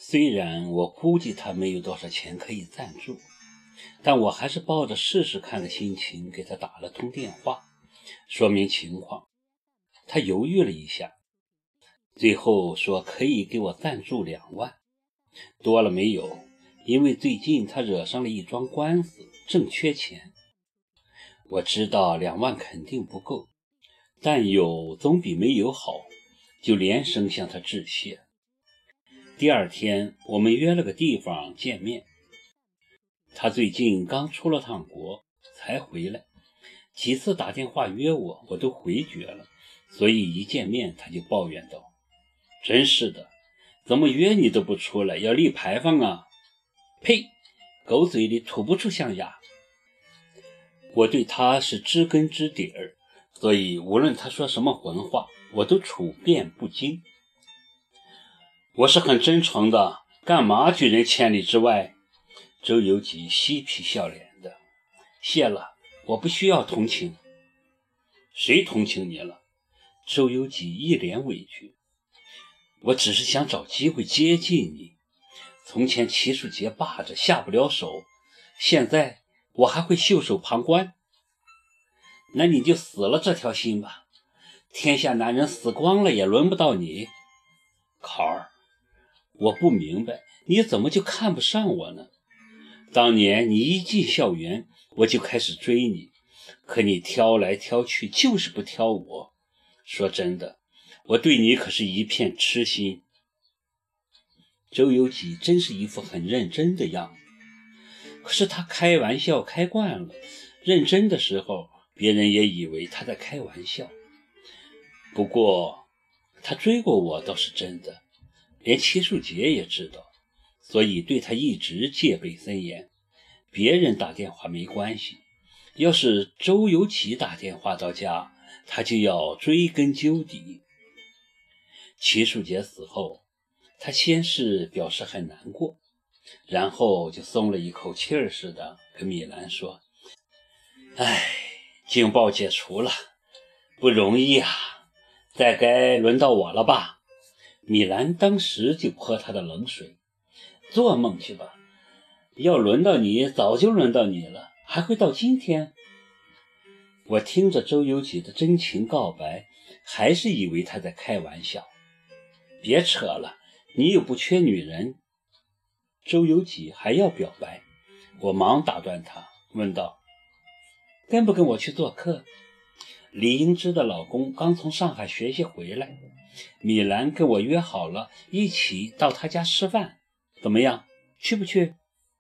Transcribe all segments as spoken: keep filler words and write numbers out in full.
虽然我估计他没有多少钱可以赞助，但我还是抱着试试看的心情给他打了通电话，说明情况。他犹豫了一下，最后说可以给我赞助两万，多了没有，因为最近他惹上了一桩官司，正缺钱。我知道两万肯定不够，但有总比没有好，就连声向他致谢。第二天我们约了个地方见面，他最近刚出了趟国才回来，几次打电话约我，我都回绝了，所以一见面他就抱怨道：真是的，怎么约你都不出来，要立牌坊啊？呸，狗嘴里吐不出象牙。我对他是知根知底儿，所以无论他说什么混话，我都处变不惊。我是很真诚的，干嘛拒人千里之外？周有己嬉皮笑脸的。谢了，我不需要同情。谁同情你了？周有己一脸委屈。我只是想找机会接近你。从前齐树杰霸着下不了手，现在我还会袖手旁观？那你就死了这条心吧，天下男人死光了也轮不到你。考儿，我不明白你怎么就看不上我呢？当年你一进校园我就开始追你，可你挑来挑去就是不挑我。说真的，我对你可是一片痴心。周有己真是一副很认真的样子，可是他开玩笑开惯了，认真的时候别人也以为他在开玩笑。不过他追过我倒是真的，连齐树杰也知道，所以对他一直戒备森严。别人打电话没关系，要是周有己打电话到家，他就要追根究底。齐树杰死后，他先是表示很难过，然后就松了一口气儿似的跟米兰说：哎，警报解除了，不容易啊，再该轮到我了吧？米兰当时就泼他的冷水：做梦去吧，要轮到你早就轮到你了，还会到今天？我听着周有己的真情告白，还是以为他在开玩笑。别扯了，你又不缺女人。周有己还要表白，我忙打断他，问道：跟不跟我去做客？李英芝的老公刚从上海学习回来，米兰跟我约好了一起到他家吃饭，怎么样，去不去？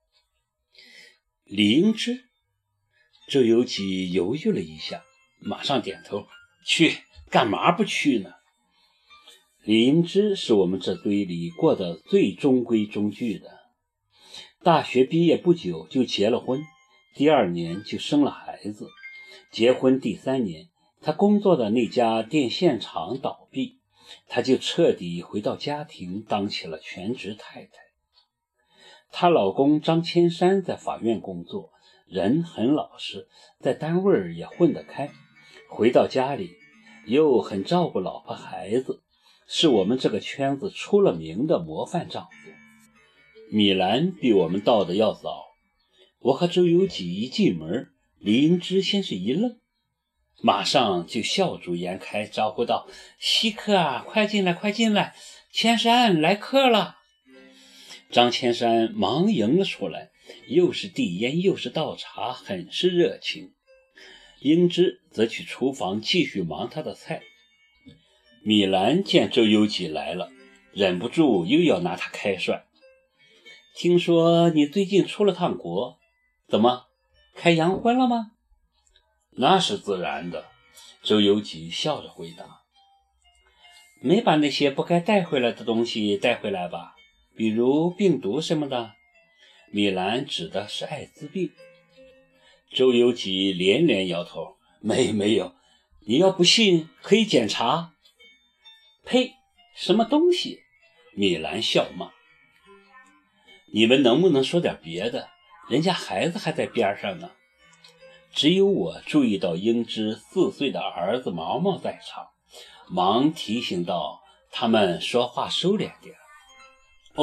李英芝？周有己犹豫了一下，马上点头：去，干嘛不去呢？李英芝是我们这堆里过得最中规中矩的，大学毕业不久就结了婚，第二年就生了孩子。结婚第三年，她工作的那家电线厂倒闭，她就彻底回到家庭，当起了全职太太。她老公张千山在法院工作，人很老实，在单位也混得开，回到家里又很照顾老婆孩子，是我们这个圈子出了名的模范丈夫。米兰比我们到的要早，我和周有己一进门，李英芝先是一愣，马上就笑逐颜开，招呼道：稀客啊，快进来快进来，千山来客了。张千山忙迎了出来，又是递烟又是倒茶，很是热情。英芝则去厨房继续忙她的菜。米兰见周有己来了，忍不住又要拿他开涮。听说你最近出了趟国，怎么开洋荤了吗？那是自然的，周有己笑着回答。没把那些不该带回来的东西带回来吧，比如病毒什么的。米兰指的是艾滋病。周有己连连摇头：没没有，你要不信可以检查。呸，什么东西？米兰笑骂。你们能不能说点别的？人家孩子还在边上呢。只有我注意到英芝四岁的儿子毛毛在场，忙提醒道：他们说话收敛点。哦，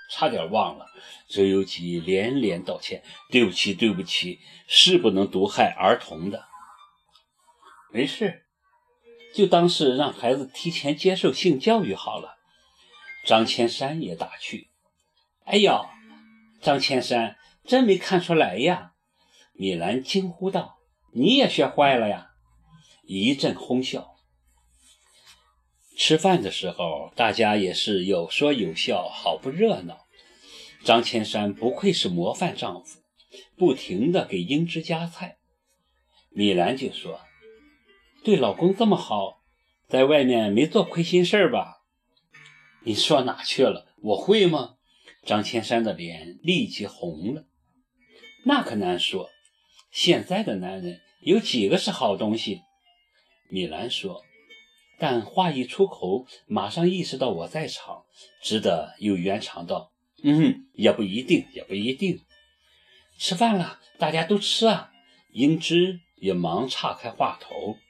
差点忘了。周游记连连道歉：“对不起，对不起，是不能毒害儿童的。”没事，就当是让孩子提前接受性教育好了。张千山也打趣：“哎呦，张千山真没看出来呀！”米兰惊呼道：“你也学坏了呀！”一阵哄笑。吃饭的时候，大家也是有说有笑，好不热闹。张千山不愧是模范丈夫，不停地给英芝夹菜。米兰就说：“对老公这么好，在外面没做亏心事吧？”你说哪去了？我会吗？张千山的脸立即红了。那可难说，现在的男人有几个是好东西？米兰说，但话一出口，马上意识到我在场，只得又圆场道：“嗯，也不一定，也不一定。”吃饭了，大家都吃啊。英芝也忙岔开话头：“